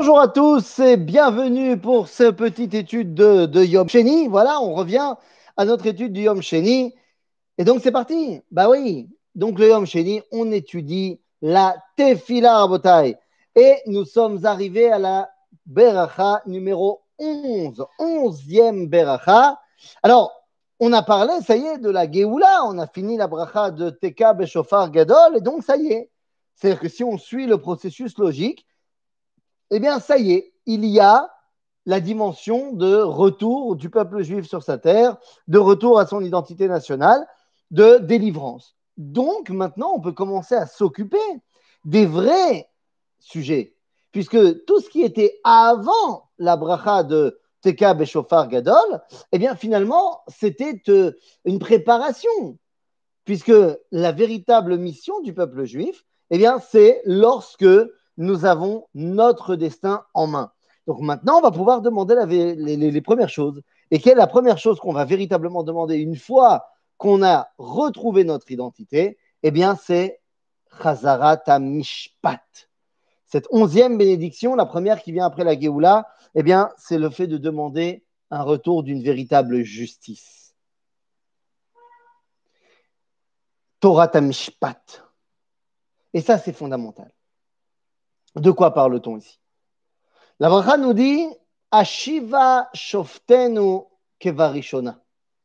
Bonjour à tous et bienvenue pour cette petite étude de Yom Sheni. Voilà, on revient à notre étude du Yom Sheni. Et donc c'est parti. Bah oui, donc le Yom Sheni, on étudie la Tefila Rabotai. Et nous sommes arrivés à la Beracha numéro 11, 11e Beracha. Alors, on a parlé, ça y est, de la Géoula, on a fini la bracha de Teka Beshofar Gadol, et donc ça y est. C'est-à-dire que si on suit le processus logique, eh bien, ça y est, il y a la dimension de retour du peuple juif sur sa terre, de retour à son identité nationale, de délivrance. Donc, maintenant, on peut commencer à s'occuper des vrais sujets, puisque tout ce qui était avant la bracha de Teka Beshofar Gadol, eh bien, finalement, c'était une préparation, puisque la véritable mission du peuple juif, eh bien, c'est lorsque nous avons notre destin en main. Donc maintenant, on va pouvoir demander les premières choses. Et quelle est la première chose qu'on va véritablement demander une fois qu'on a retrouvé notre identité? Eh bien, c'est Chazarat HaMishpat. Cette 11e bénédiction, la première qui vient après la Géoula, eh bien, c'est le fait de demander un retour d'une véritable justice. Torah HaMishpat. Et ça, c'est fondamental. De quoi parle-t-on ici? La bracha nous dit Ashiva shoftenu kevarishona.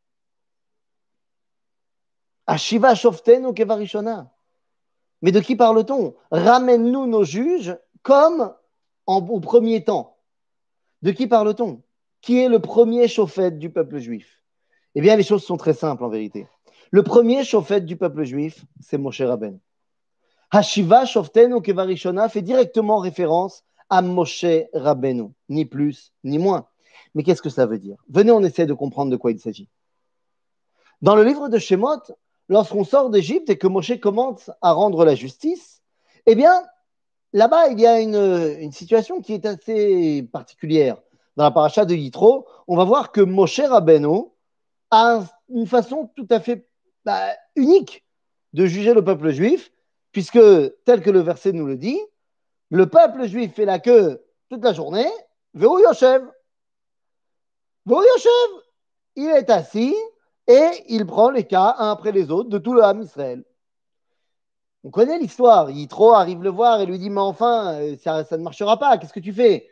Ashiva shoftenu kevarishona. Mais de qui parle-t-on? Ramène-nous nos juges comme au premier temps. De qui parle-t-on? Qui est le premier chauffette du peuple juif? Eh bien, les choses sont très simples en vérité. Le premier chauffette du peuple juif, c'est Moshe Rabbeinu. Hashiva shoftenu kevarishona fait directement référence à Moshe Rabbeinu, ni plus ni moins. Mais qu'est-ce que ça veut dire? Venez, on essaie de comprendre de quoi il s'agit. Dans le livre de Shemot, lorsqu'on sort d'Égypte et que Moshe commence à rendre la justice, eh bien, là-bas, il y a une situation qui est assez particulière. Dans la paracha de Yitro, on va voir que Moshe Rabbeinu a une façon tout à fait unique de juger le peuple juif, puisque, tel que le verset nous le dit, le peuple juif fait la queue toute la journée, Ve'hu Yoshev. Ve'hu Yoshev, il est assis et il prend les cas un après les autres de tout le Ham Israël. On connaît l'histoire. Yitro arrive le voir et lui dit, mais enfin, ça ne marchera pas, qu'est-ce que tu fais?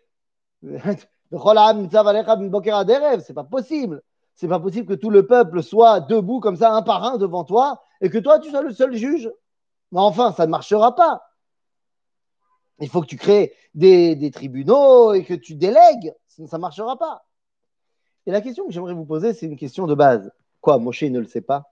C'est pas possible. C'est pas possible que tout le peuple soit debout comme ça, un par un devant toi, et que toi, tu sois le seul juge. Mais enfin, ça ne marchera pas. Il faut que tu crées des tribunaux et que tu délègues, sinon ça ne marchera pas. Et la question que j'aimerais vous poser, c'est une question de base. Quoi, Moshe ne le sait pas?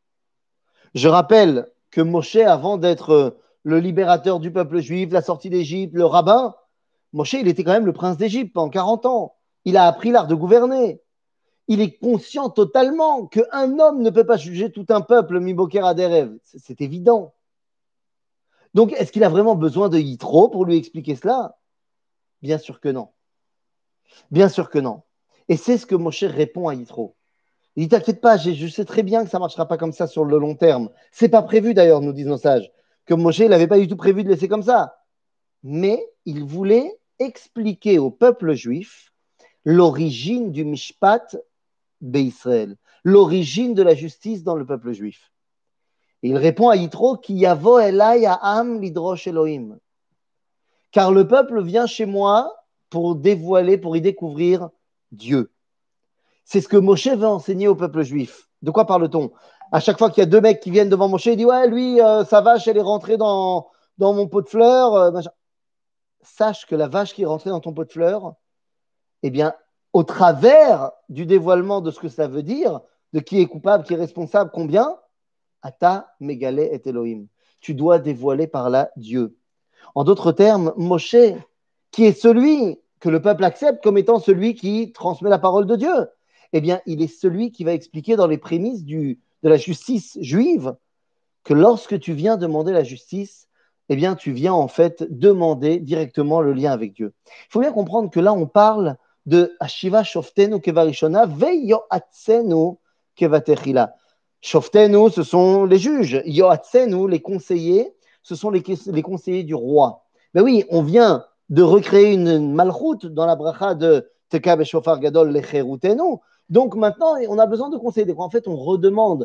Je rappelle que Moshe, avant d'être le libérateur du peuple juif, la sortie d'Égypte, le rabbin, Moshe, il était quand même le prince d'Égypte pendant 40 ans. Il a appris l'art de gouverner. Il est conscient totalement qu'un homme ne peut pas juger tout un peuple, mi-boker à Derev. C'est évident. Donc, est-ce qu'il a vraiment besoin de Yitro pour lui expliquer cela? Bien sûr que non. Bien sûr que non. Et c'est ce que Moshe répond à Yitro. Il dit, t'inquiète pas, je sais très bien que ça ne marchera pas comme ça sur le long terme. C'est pas prévu d'ailleurs, nous disent nos sages, que Moshe n'avait pas du tout prévu de laisser comme ça. Mais il voulait expliquer au peuple juif l'origine du Mishpat Israël, l'origine de la justice dans le peuple juif. Et il répond à Yitro qui yavo elai ha'am lidrosh Elohim. Car le peuple vient chez moi pour dévoiler, pour y découvrir Dieu. C'est ce que Moshe veut enseigner au peuple juif. De quoi parle-t-on? À chaque fois qu'il y a deux mecs qui viennent devant Moshe, il dit ouais, lui, sa vache, elle est rentrée dans mon pot de fleurs. Sache que la vache qui est rentrée dans ton pot de fleurs, eh bien, au travers du dévoilement de ce que ça veut dire, de qui est coupable, qui est responsable, combien, Ata Megale et Elohim. Tu dois dévoiler par là Dieu. En d'autres termes, Moshe, qui est celui que le peuple accepte comme étant celui qui transmet la parole de Dieu, eh bien, il est celui qui va expliquer dans les prémices de la justice juive que lorsque tu viens demander la justice, eh bien, tu viens en fait demander directement le lien avec Dieu. Il faut bien comprendre que là, on parle de Ashiva Shoftenu Kevarishona Veyoatsenu Kevatechila. Shoftenu, ce sont les juges. Yoatsenu, les conseillers, ce sont les conseillers du roi. Ben oui, on vient de recréer une malchoute dans la bracha de Teka Beshofar Gadol Lecherutenu. Donc maintenant, on a besoin de conseils. En fait, on redemande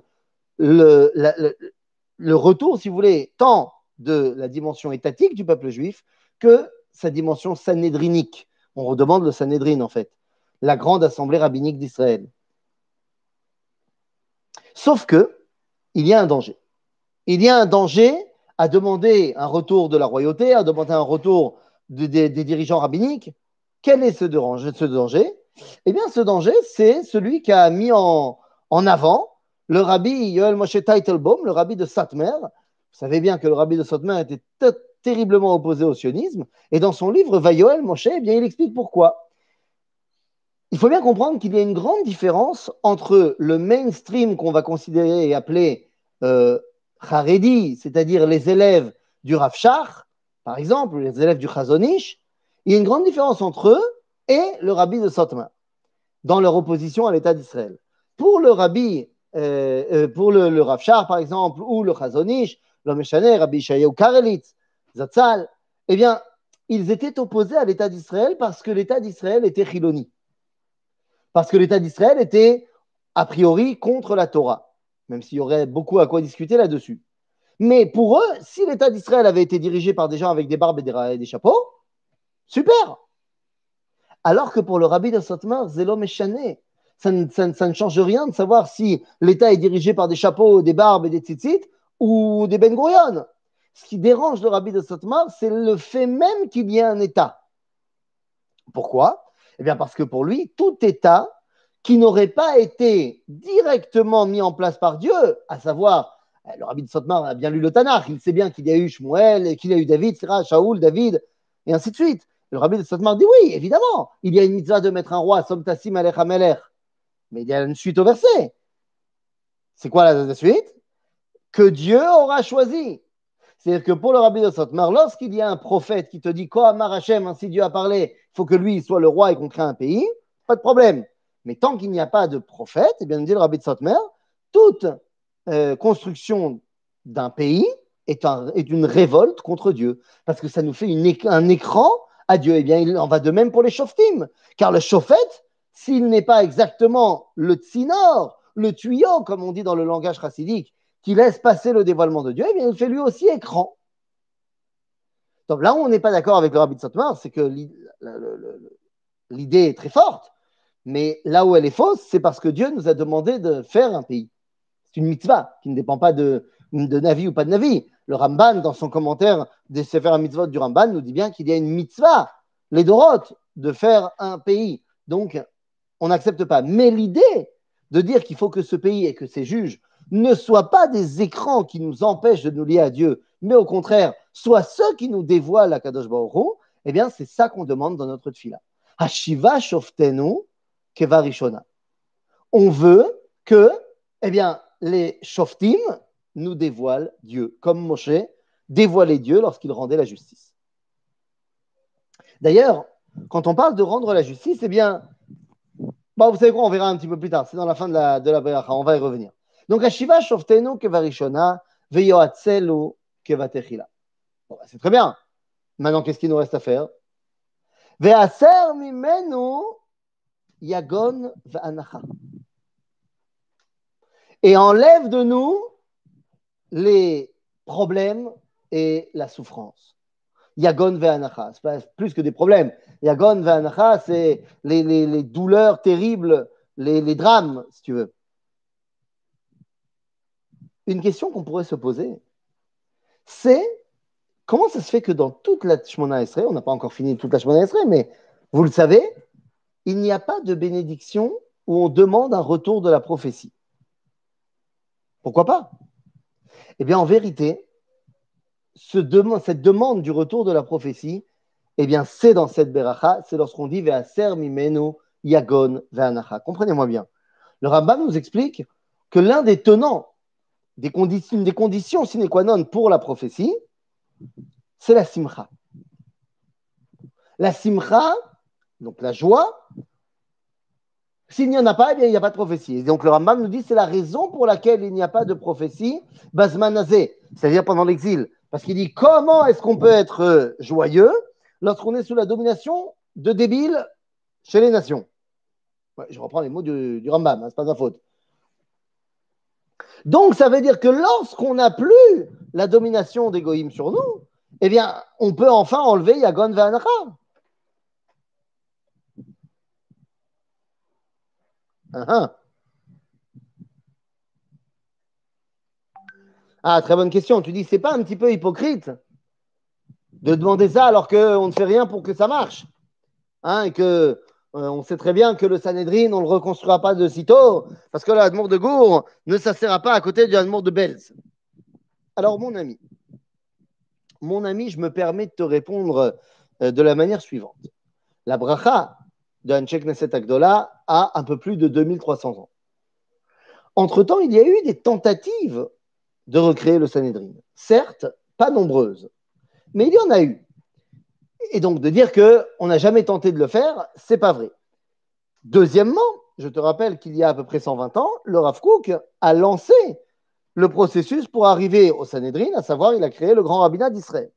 le retour, si vous voulez, tant de la dimension étatique du peuple juif que sa dimension sanédrinique. On redemande le Sanhédrin, en fait, la grande assemblée rabbinique d'Israël. Sauf que, il y a un danger. Il y a un danger à demander un retour de la royauté, à demander un retour des dirigeants rabbiniques. Quel est ce danger? Eh bien, ce danger, c'est celui qu'a mis en avant le rabbi Yoel Moshe Teitelbaum, le rabbi de Satmer. Vous savez bien que le rabbi de Satmer était terriblement opposé au sionisme. Et dans son livre Vayoel Moshe, eh bien, il explique pourquoi. Il faut bien comprendre qu'il y a une grande différence entre le mainstream qu'on va considérer et appeler Haredi, c'est-à-dire les élèves du Rav Shach, par exemple, les élèves du Chazon Ish. Il y a une grande différence entre eux et le rabbi de Satmer dans leur opposition à l'État d'Israël. Pour le rabbi, pour le Rav Shach, par exemple, ou le Chazon Ish, le Meshané, Rabbi Yeshayahu Karelitz, Zatzal, eh bien, ils étaient opposés à l'État d'Israël parce que l'État d'Israël était chiloni. Parce que l'État d'Israël était, a priori, contre la Torah, même s'il y aurait beaucoup à quoi discuter là-dessus. Mais pour eux, si l'État d'Israël avait été dirigé par des gens avec des barbes et des chapeaux, super. Alors que pour le rabbi de Satmer, Zélo Meshané, ça ne change rien de savoir si l'État est dirigé par des chapeaux, des barbes et des tzitzit ou des Ben Gurion. Ce qui dérange le rabbi de Satmer, c'est le fait même qu'il y ait un État. Pourquoi? Eh bien parce que pour lui, tout État qui n'aurait pas été directement mis en place par Dieu, à savoir, le rabbi de Satmar a bien lu le Tanakh, il sait bien qu'il y a eu Shmuel, qu'il y a eu David, etc., Shaoul, David, et ainsi de suite. Le rabbi de Satmar dit oui, évidemment, il y a une mitzvah de mettre un roi, Som Tassim Alech Hamelech, mais il y a une suite au verset. C'est quoi la suite? Que Dieu aura choisi. C'est-à-dire que pour le rabbi de Satmar, lorsqu'il y a un prophète qui te dit Kohamar Hashem, ainsi Dieu a parlé, il faut que lui soit le roi et qu'on crée un pays, pas de problème. Mais tant qu'il n'y a pas de prophète, eh bien, dit le rabbi de Satmar, toute construction d'un pays est une révolte contre Dieu, parce que ça nous fait un écran à Dieu. Eh bien, il en va de même pour les shoftim, car le shofet, s'il n'est pas exactement le tsinor, le tuyau, comme on dit dans le langage chassidique, qui laisse passer le dévoilement de Dieu, eh bien, il fait lui aussi écran. Donc là où on n'est pas d'accord avec le rabbi de Satmar, c'est que l'idée est très forte, mais là où elle est fausse, c'est parce que Dieu nous a demandé de faire un pays. C'est une mitzvah qui ne dépend pas de Navi ou pas de Navi. Le Ramban, dans son commentaire des Sefer Mitzvot du Ramban, nous dit bien qu'il y a une mitzvah, les Doroth, de faire un pays. Donc, on n'accepte pas. Mais l'idée de dire qu'il faut que ce pays et que ses juges ne soient pas des écrans qui nous empêchent de nous lier à Dieu, mais au contraire, soient ceux qui nous dévoilent la Kadosh Baruch Hu, eh bien, c'est ça qu'on demande dans notre tefila. Hashiva shoftenu kevarishona. On veut que, eh bien, les shoftim nous dévoilent Dieu, comme Moshe dévoilait Dieu lorsqu'il rendait la justice. D'ailleurs, quand on parle de rendre la justice, eh bien, bon, vous savez quoi, on verra un petit peu plus tard, c'est dans la fin de la Beracha, on va y revenir. Donc, Hashiva shoftenu kevarishona veyoatzelu kevatechila. Bon, c'est très bien. Maintenant, qu'est-ce qu'il nous reste à faire? Ve'aser mimenu yagon ve'anacha. Et enlève de nous les problèmes et la souffrance. Yagon ve'anacha, c'est pas plus que des problèmes. Yagon ve'anacha, c'est les douleurs terribles, les drames, si tu veux. Une question qu'on pourrait se poser, c'est comment ça se fait que dans toute la Shmona Esrei, on n'a pas encore fini toute la Shmona Esrei, mais vous le savez, il n'y a pas de bénédiction où on demande un retour de la prophétie. Pourquoi pas? Eh bien, en vérité, cette demande du retour de la prophétie, eh bien, c'est dans cette beracha, c'est lorsqu'on dit Ve'aser mimenu yagon ve'anacha. Comprenez-moi bien. Le Rambam nous explique que l'un des tenants, des conditions sine qua non pour la prophétie, c'est la simcha. La simcha, donc la joie, s'il n'y en a pas, eh bien, il n'y a pas de prophétie. Et donc le Rambam nous dit que c'est la raison pour laquelle il n'y a pas de prophétie, Bazmanazé, c'est-à-dire pendant l'exil. Parce qu'il dit comment est-ce qu'on peut être joyeux lorsqu'on est sous la domination de débiles chez les nations. Ouais, je reprends les mots du Rambam, hein, c'est pas de ma faute. Donc, ça veut dire que lorsqu'on n'a plus la domination des goïms sur nous, eh bien, on peut enfin enlever Yagon Ve'anacha. Ah, très bonne question. Tu dis, c'est pas un petit peu hypocrite de demander ça alors qu'on ne fait rien pour que ça marche, hein, et que on sait très bien que le Sanhedrin, on ne le reconstruira pas de sitôt, parce que l'Admour de Gour ne s'assera pas à côté du Admour de Belz. Alors, mon ami, je me permets de te répondre de la manière suivante. La bracha de Anshek Knesset Agdola a un peu plus de 2300 ans. Entre-temps, il y a eu des tentatives de recréer le Sanhedrin. Certes, pas nombreuses, mais il y en a eu. Et donc, de dire qu'on n'a jamais tenté de le faire, c'est pas vrai. Deuxièmement, je te rappelle qu'il y a à peu près 120 ans, le Rav Kook a lancé le processus pour arriver au Sanhedrin, à savoir, il a créé le grand rabbinat d'Israël.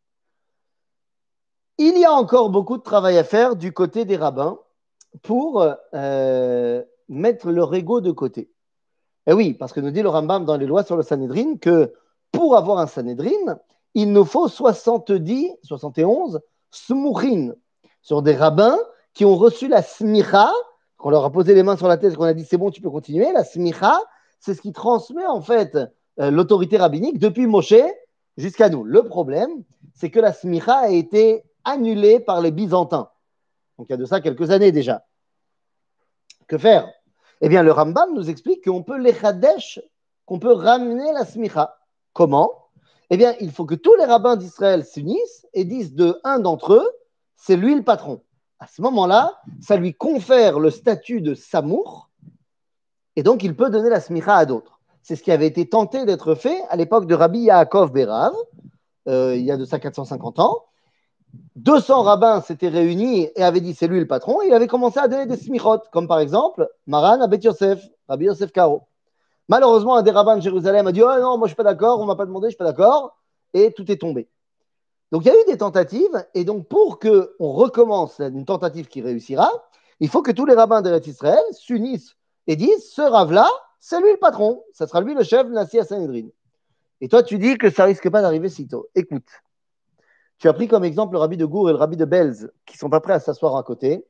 Il y a encore beaucoup de travail à faire du côté des rabbins pour mettre leur ego de côté. Et oui, parce que nous dit le Rambam dans les lois sur le Sanhedrin que pour avoir un Sanhedrin, il nous faut 71 smouchin sur des rabbins qui ont reçu la smicha, qu'on leur a posé les mains sur la tête et qu'on a dit c'est bon, tu peux continuer. La smicha, c'est ce qui transmet en fait l'autorité rabbinique depuis Moshe jusqu'à nous. Le problème, c'est que la smicha a été annulée par les Byzantins. Donc il y a de ça quelques années déjà. Que faire? Eh bien, le Rambam nous explique qu'on peut les chadesh, qu'on peut ramener la smicha. Comment? Eh bien, il faut que tous les rabbins d'Israël s'unissent et disent de un d'entre eux, c'est lui le patron. À ce moment-là, ça lui confère le statut de samour et donc il peut donner la smicha à d'autres. C'est ce qui avait été tenté d'être fait à l'époque de Rabbi Yaakov Berav, il y a de ça 450 ans. 200 rabbins s'étaient réunis et avaient dit c'est lui le patron, et il avait commencé à donner des smichot, comme par exemple Maran à Beth Yosef, Rabbi Yosef Karo. Malheureusement, un des rabbins de Jérusalem a dit oh non, moi je suis pas d'accord, on m'a pas demandé, je suis pas d'accord, et tout est tombé. Donc il y a eu des tentatives, et donc pour qu'on recommence une tentative qui réussira, il faut que tous les rabbins d'Eretz Israël s'unissent et disent ce rave-là, c'est lui le patron, ça sera lui le chef de Nassi à Sanhedrin. Et toi, tu dis que ça risque pas d'arriver si tôt. Écoute. Tu as pris comme exemple le rabbi de Gour et le rabbi de Belz qui ne sont pas prêts à s'asseoir à côté.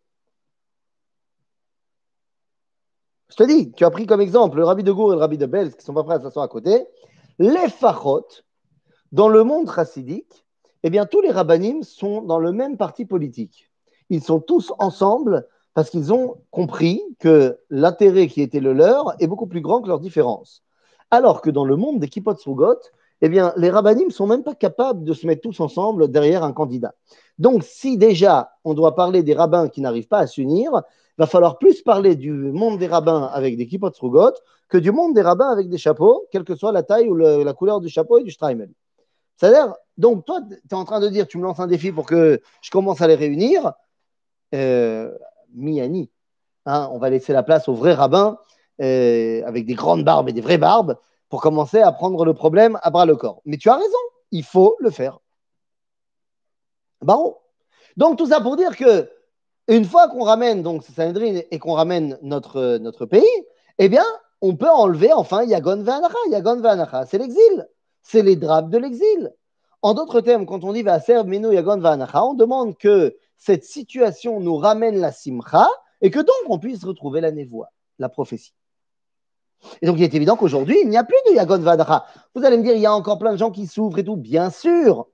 Je te dis, tu as pris comme exemple le rabbi de Gour et le rabbi de Belz qui ne sont pas prêts à s'asseoir à côté. Les fachot, dans le monde chassidique, eh bien, tous les rabbanim sont dans le même parti politique. Ils sont tous ensemble parce qu'ils ont compris que l'intérêt qui était le leur est beaucoup plus grand que leurs différences. Alors que dans le monde des kippot srugot, eh bien, les rabbanim ne sont même pas capables de se mettre tous ensemble derrière un candidat. Donc, si déjà on doit parler des rabbins qui n'arrivent pas à s'unir, il va falloir plus parler du monde des rabbins avec des kippot srugot que du monde des rabbins avec des chapeaux, quelle que soit la taille ou la couleur du chapeau et du streimel. C'est-à-dire, donc toi, tu es en train de dire, tu me lances un défi pour que je commence à les réunir. Miani, hein, on va laisser la place aux vrais rabbins avec des grandes barbes et des vraies barbes pour commencer à prendre le problème à bras le corps. Mais tu as raison, il faut le faire. Bon. Donc tout ça pour dire que une fois qu'on ramène donc ce Sanhedrin et qu'on ramène notre pays, eh bien, on peut enlever enfin Yagon Ve'anacha. Yagon Ve'anacha, c'est l'exil. C'est les drapes de l'exil. En d'autres termes, quand on dit Va'aser Minu Yagon Ve'anacha, on demande que cette situation nous ramène la simcha et que donc on puisse retrouver la névoie, la prophétie. Et donc il est évident qu'aujourd'hui, il n'y a plus de Yagon Ve'anacha. Vous allez me dire, il y a encore plein de gens qui souffrent et tout. Bien sûr.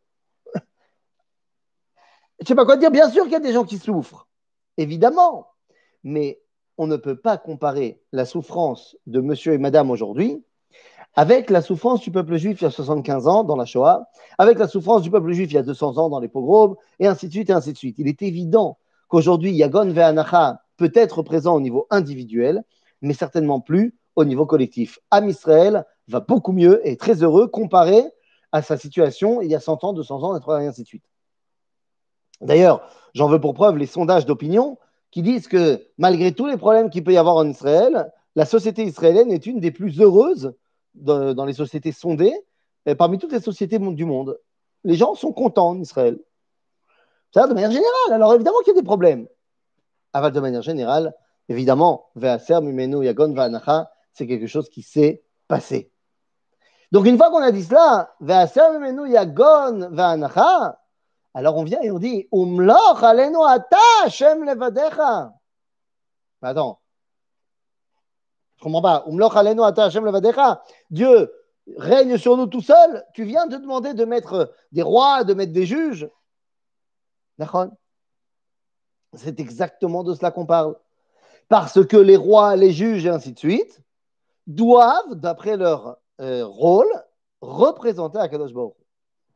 Je ne sais pas quoi dire. Bien sûr qu'il y a des gens qui souffrent. Évidemment. Mais on ne peut pas comparer la souffrance de monsieur et madame aujourd'hui avec la souffrance du peuple juif il y a 75 ans dans la Shoah, avec la souffrance du peuple juif il y a 200 ans dans les pogroms, et ainsi de suite, et ainsi de suite. Il est évident qu'aujourd'hui, Yagon Ve'anacha peut être présent au niveau individuel, mais certainement plus au niveau collectif. Am Israël va beaucoup mieux et est très heureux comparé à sa situation il y a 100 ans, 200 ans, et ainsi de suite. D'ailleurs, j'en veux pour preuve les sondages d'opinion qui disent que malgré tous les problèmes qu'il peut y avoir en Israël, la société israélienne est une des plus heureuses dans les sociétés sondées parmi toutes les sociétés du monde. Les gens sont contents en Israël. Ça, de manière générale. Alors évidemment qu'il y a des problèmes. Aval, de manière générale, évidemment, Ve'aser mimenu yagon va'anacha, c'est quelque chose qui s'est passé. Donc une fois qu'on a dit cela, Ve'aser mimenu yagon va'anacha, alors on vient et on dit Umloch alenu ata Hashem levadecha. Attends, je comprends pas. Umloch alenu ata Hashem levadecha. Dieu règne sur nous tout seul. Tu viens de demander de mettre des rois, de mettre des juges. D'accord. C'est exactement de cela qu'on parle. Parce que les rois, les juges et ainsi de suite doivent, d'après leur rôle, représenter Akadosh Baruch Hu.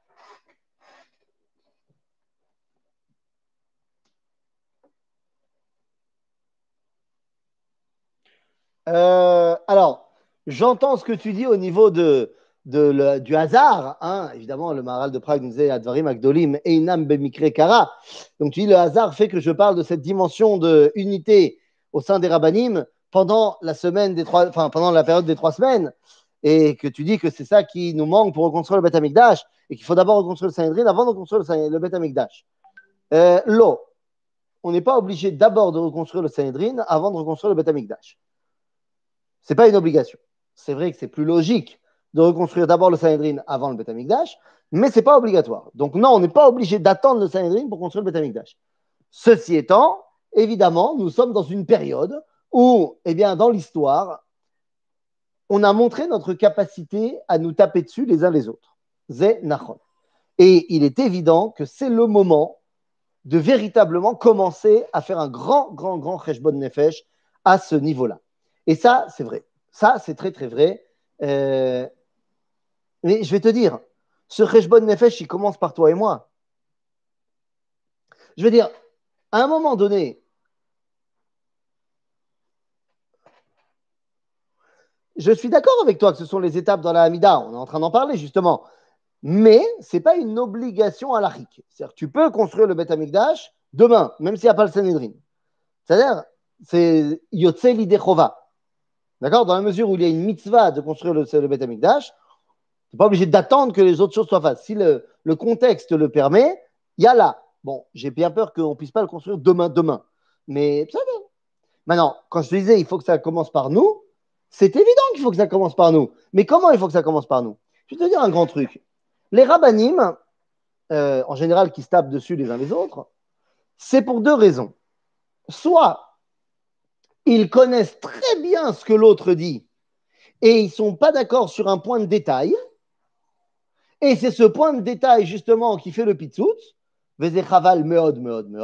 Alors, j'entends ce que tu dis au niveau du hasard. Hein. Évidemment, le Maharal de Prague nous disait Advarim Agdolim Einam Bemikre Kara. Donc, tu dis le hasard fait que je parle de cette dimension de unité au sein des Rabbanim pendant la pendant la période des 3 semaines, et que tu dis que c'est ça qui nous manque pour reconstruire le Beth Amikdash, et qu'il faut d'abord reconstruire le Sanhedrin avant de reconstruire le Beth Amikdash. L'eau, on n'est pas obligé d'abord de reconstruire le Sanhedrin avant de reconstruire le Beth Amikdash. Ce n'est pas une obligation. C'est vrai que c'est plus logique de reconstruire d'abord le Sanhedrin avant le Beth Amikdash, mais ce n'est pas obligatoire. Donc non, on n'est pas obligé d'attendre le Sanhedrin pour construire le Beth Amikdash. Ceci étant, évidemment, nous sommes dans une période où, eh bien, dans l'histoire, on a montré notre capacité à nous taper dessus les uns les autres. Zé Nachon. Et il est évident que c'est le moment de véritablement commencer à faire un grand cheshbon nefesh à ce niveau-là. Et ça, c'est vrai. Ça, c'est très, très vrai. Mais je vais te dire, ce cheshbon nefesh, il commence par toi et moi. Je veux dire, à un moment donné, je suis d'accord avec toi que ce sont les étapes dans la Hamida, on est en train d'en parler justement, mais ce n'est pas une obligation halachique. C'est-à-dire que tu peux construire le Beth Amikdash demain, même s'il n'y a pas le Sanhedrin. C'est-à-dire, c'est Yotze Lidechova. D'accord. Dans la mesure où il y a une mitzvah de construire le Beth Amikdash, tu n'es pas obligé d'attendre que les autres choses soient faites. Si le contexte le permet, il y a là. Bon, j'ai bien peur qu'on ne puisse pas le construire demain. Mais ça va. Maintenant, quand je te disais il faut que ça commence par nous, c'est évident qu'il faut que ça commence par nous. Mais comment il faut que ça commence par nous? Je vais te dire un grand truc. Les rabbanim, en général, qui se tapent dessus les uns les autres, c'est pour 2 raisons. Soit ils connaissent très bien ce que l'autre dit et ils ne sont pas d'accord sur un point de détail. Et c'est ce point de détail, justement, qui fait le pitzout. Vezechaval meod,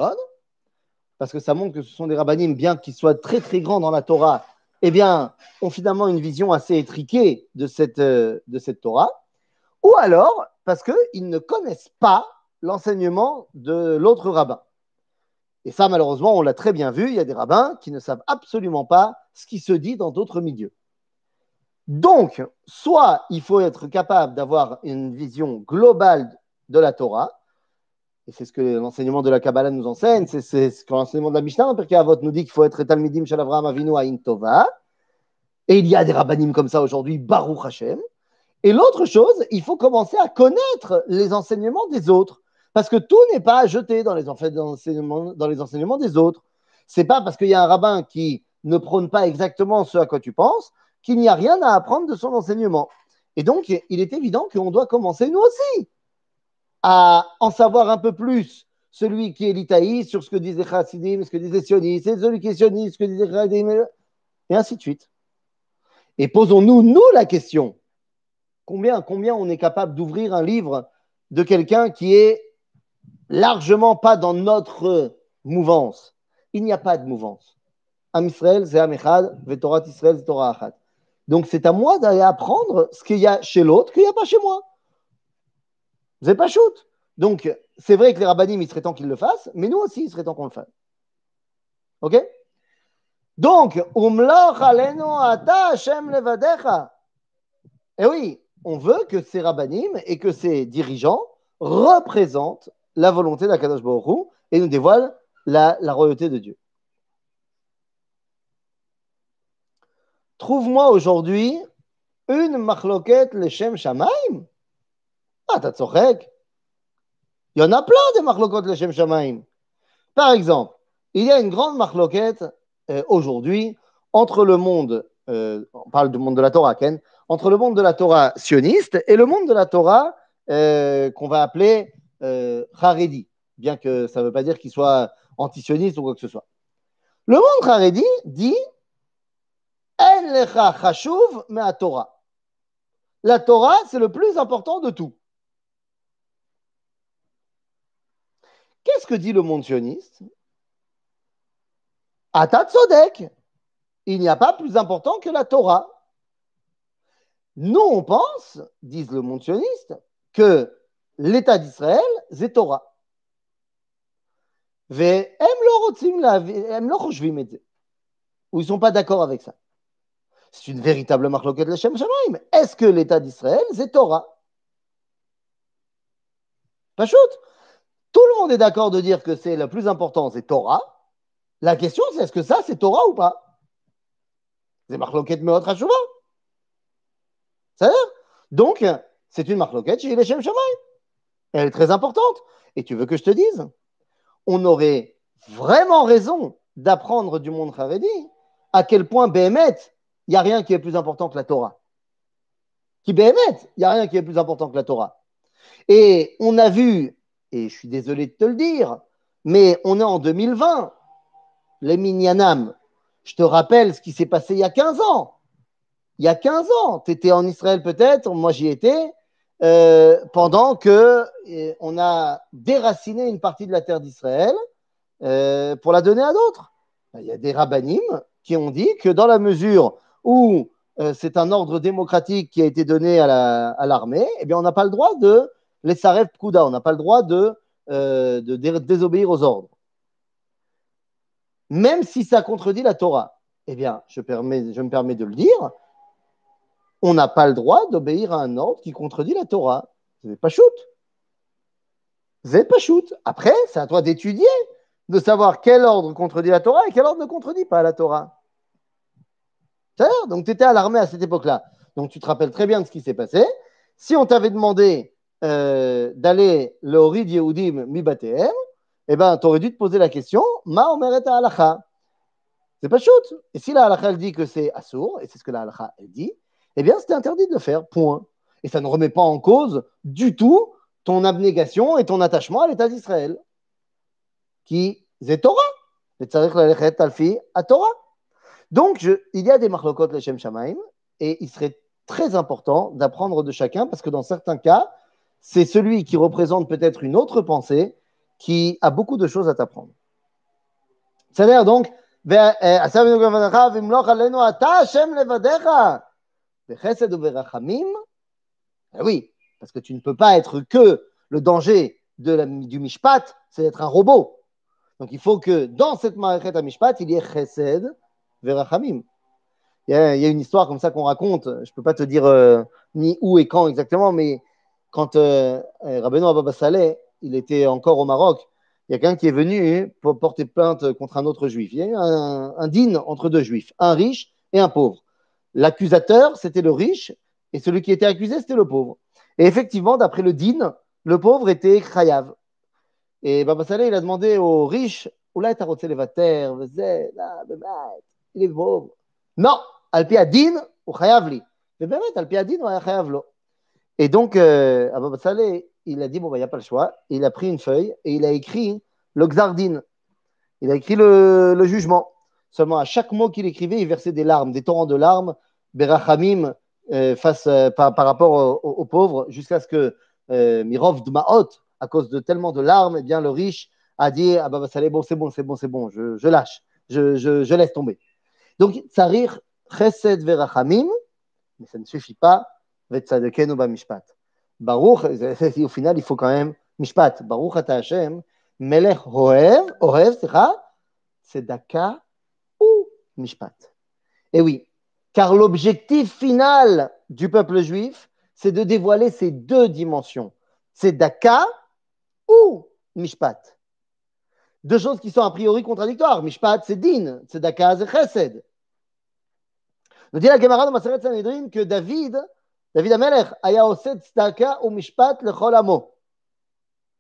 parce que ça montre que ce sont des rabbanim, bien qu'ils soient très, très grands dans la Torah, eh bien, ont finalement une vision assez étriquée de cette Torah. Ou alors, parce qu'ils ne connaissent pas l'enseignement de l'autre rabbin. Et ça, malheureusement, on l'a très bien vu, il y a des rabbins qui ne savent absolument pas ce qui se dit dans d'autres milieux. Donc, soit il faut être capable d'avoir une vision globale de la Torah, et c'est ce que l'enseignement de la Kabbalah nous enseigne, c'est ce que l'enseignement de la Mishnah, parce qu'Avot nous dit qu'il faut être Talmidim Shel Avraham Avinu Ain Tova, et il y a des rabbanim comme ça aujourd'hui, Baruch Hashem. Et l'autre chose, il faut commencer à connaître les enseignements des autres, parce que tout n'est pas à jeter dans les enseignements des autres. C'est pas parce qu'il y a un rabbin qui ne prône pas exactement ce à quoi tu penses qu'il n'y a rien à apprendre de son enseignement. Et donc, il est évident qu'on doit commencer, nous aussi, à en savoir un peu plus, celui qui est litaïste, sur ce que disent les chassidim, ce que disent les sionistes, et celui qui est sioniste, ce que disent les chassidim, et ainsi de suite. Et posons-nous, nous, la question. Combien on est capable d'ouvrir un livre de quelqu'un qui est largement pas dans notre mouvance? Il n'y a pas de mouvance. Am Israël, c'est Am Echad, Vetorat Israël, c'est Torah Achad. Donc, c'est à moi d'aller apprendre ce qu'il y a chez l'autre qu'il n'y a pas chez moi. Vous n'avez pas shoot. Donc, c'est vrai que les rabbanim, il serait temps qu'ils le fassent, mais nous aussi, il serait temps qu'on le fasse. OK? Donc, Umloch alenu ata Hashem levadecha. Eh oui, on veut que ces rabbanim et que ces dirigeants représentent la volonté d'Akadosh Baruch Hu et nous dévoilent la royauté de Dieu. Trouve-moi aujourd'hui une machloket leshem shamaim. Ah, t'as tzorek. Il y en a plein des marlokot Leshem Shamaim. Par exemple, il y a une grande marloquette aujourd'hui entre le monde, on parle du monde de la Torah, Ken, entre le monde de la Torah sioniste et le monde de la Torah qu'on va appeler Haredi, bien que ça ne veut pas dire qu'il soit antisioniste ou quoi que ce soit. Le monde Haredi dit En lecha chashuv me'a Torah. La Torah, c'est le plus important de tout. Qu'est-ce que dit le monde sioniste? Ata tzodek. Il n'y a pas plus important que la Torah. Nous, on pense, disent le monde sioniste, que l'État d'Israël, c'est Torah. Ou ils ne sont pas d'accord avec ça. C'est une véritable marloquette de Leshem Shamaim. Est-ce que l'État d'Israël, c'est Torah? Pas shoot. Tout le monde est d'accord de dire que c'est le plus important, c'est Torah. La question, c'est est-ce que ça, c'est Torah ou pas? C'est marloquette meot Hashuvah. C'est-à-dire? Donc, c'est une marloquette chez Leshem Shamaim. Elle est très importante. Et tu veux que je te dise? On aurait vraiment raison d'apprendre du monde Haredi à quel point Béhémet, il n'y a rien qui est plus important que la Torah. Qui Béhémet, il n'y a rien qui est plus important que la Torah. Et on a vu, et je suis désolé de te le dire, mais on est en 2020, les Minyanam. Je te rappelle ce qui s'est passé il y a 15 ans. Il y a 15 ans, tu étais en Israël peut-être, moi j'y étais, pendant qu'on a déraciné une partie de la terre d'Israël pour la donner à d'autres. Il y a des rabbinim qui ont dit que dans la mesure où c'est un ordre démocratique qui a été donné à l'armée, eh bien on n'a pas le droit de les saref pkuda, on n'a pas le droit de désobéir aux ordres. Même si ça contredit la Torah, eh bien je me permets de le dire, on n'a pas le droit d'obéir à un ordre qui contredit la Torah. Vous n'êtes pas shoot. Vous n'êtes pas shoot. Après, c'est à toi d'étudier, de savoir quel ordre contredit la Torah et quel ordre ne contredit pas la Torah. C'est-à-dire, donc tu étais à l'armée à cette époque-là. Donc tu te rappelles très bien de ce qui s'est passé. Si on t'avait demandé d'aller le Horid Yehudim mi batehem, eh ben, tu aurais dû te poser la question, Ma omeret halacha. C'est pas shoot. Et si la halacha elle dit que c'est assour, et c'est ce que la halacha elle dit, eh bien, c'était interdit de le faire, point. Et ça ne remet pas en cause du tout ton abnégation et ton attachement à l'État d'Israël, qui est Torah. Torah. Donc, il y a des marlokot Leshem Shamaim, et il serait très important d'apprendre de chacun, parce que dans certains cas, c'est celui qui représente peut-être une autre pensée qui a beaucoup de choses à t'apprendre. C'est-à-dire donc, oui, parce que tu ne peux pas être que le danger du mishpat, c'est d'être un robot. Donc il faut que dans cette ma'achet à mishpat, il y ait chesed verachamim. Il y a une histoire comme ça qu'on raconte, je ne peux pas te dire ni où et quand exactement, mais quand Rabbeinu Abba Saleh, il était encore au Maroc, il y a quelqu'un qui est venu pour porter plainte contre un autre juif. Il y a eu un din entre deux juifs, un riche et un pauvre. L'accusateur, c'était le riche, et celui qui était accusé, c'était le pauvre. Et effectivement, d'après le din, le pauvre était chayav. Et Baba Saleh, il a demandé au riche, Oula, t'as roté les vater, il est pauvre. Non, Alpi Adin, ou chayav li. Mais bien, Alpi Adin, ou chayav lo. Et donc, Baba Saleh, il a dit, bon, il n'y a pas le choix. Il a pris une feuille et il a écrit le Xardin. Il a écrit le jugement. Seulement, à chaque mot qu'il écrivait, il versait des larmes, des torrents de larmes, berachamim, par rapport aux pauvres, jusqu'à ce que Mirov Dmaot, à cause de tellement de larmes, eh bien, le riche a dit ah Baba Saleh, bon, c'est bon, je lâche, je laisse tomber. Donc, Tsarir Chesed Verachamim, mais ça ne suffit pas, Vetzadekenu Bamishpat. Baruch, au final, il faut quand même Mishpat. Baruch Ata Hashem, Melech Ohev, c'est Daka ou Mishpat. Et oui, car l'objectif final du peuple juif, c'est de dévoiler ces deux dimensions. C'est Daka ou Mishpat. Deux choses qui sont a priori contradictoires. Mishpat, c'est din, c'est Daka, c'est chesed. Nous dit la Gemara de Maseret Sanhedrin que David Amelech, aya osed tzedaka ou mishpat lechol amo.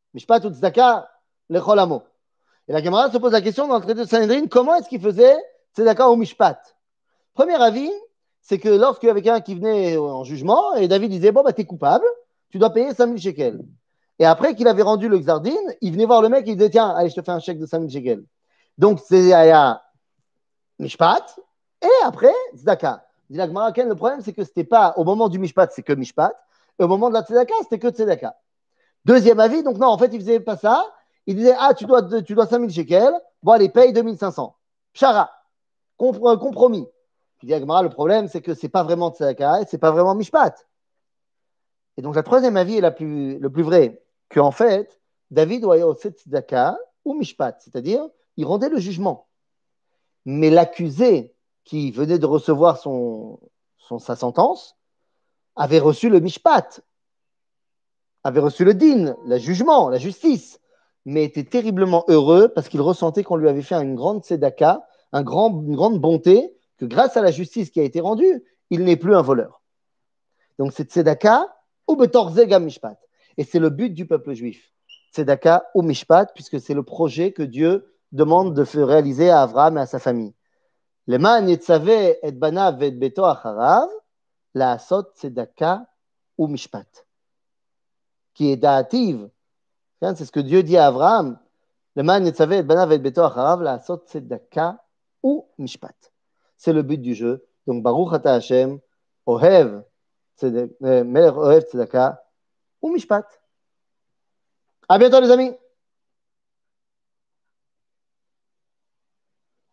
Mishpat ou tzedaka, lechol amo. Et la Gemara se pose la question dans le traité de Sanhedrin, comment est-ce qu'il faisait tzedaka ou mishpat? Premier avis, c'est que lorsqu'il y avait quelqu'un qui venait en jugement, et David disait, bon, bah, t'es coupable, tu dois payer 5000 shekels. Et après qu'il avait rendu le xardin, il venait voir le mec et il disait, tiens, allez, je te fais un chèque de 5000 shekels. Donc, c'est à mishpat, et après, tzedaka. Dit la Gemara, le problème, c'est que c'était pas, au moment du mishpat, c'est que mishpat, et au moment de la tzedaka, c'était que tzedaka. Deuxième avis, donc non, en fait, il faisait pas ça. Il disait, ah, tu dois 5000 shekels, bon, allez, paye 2500. Pshara, compromis. Puis dit Agmara, le problème, c'est que c'est pas vraiment tzedaka et c'est pas vraiment mishpat. Et donc, la troisième avis est le plus vrai, qu'en fait, David doit aussi tzedaka ou mishpat, c'est-à-dire, il rendait le jugement. Mais l'accusé qui venait de recevoir sa sentence avait reçu le mishpat, avait reçu le din, le jugement, la justice, mais était terriblement heureux parce qu'il ressentait qu'on lui avait fait une grande tzedaka, une grande bonté, que grâce à la justice qui a été rendue, il n'est plus un voleur. Donc c'est tzedaka ou betorze gam mishpat. Et c'est le but du peuple juif. Tzedaka ou mishpat, puisque c'est le projet que Dieu demande de faire réaliser à Abraham et à sa famille. Leman yetzave et banav et beto acharav, la asot tzedaka ou mishpat. Qui est da'ativ. C'est ce que Dieu dit à Abraham. Leman yetzave et banav et beto acharav, la asot tzedaka ou mishpat. C'est le but du jeu. Donc, Baruch ata Hashem, Ohev, Melech Ohev Tzedaka ou Mishpat. À bientôt, les amis.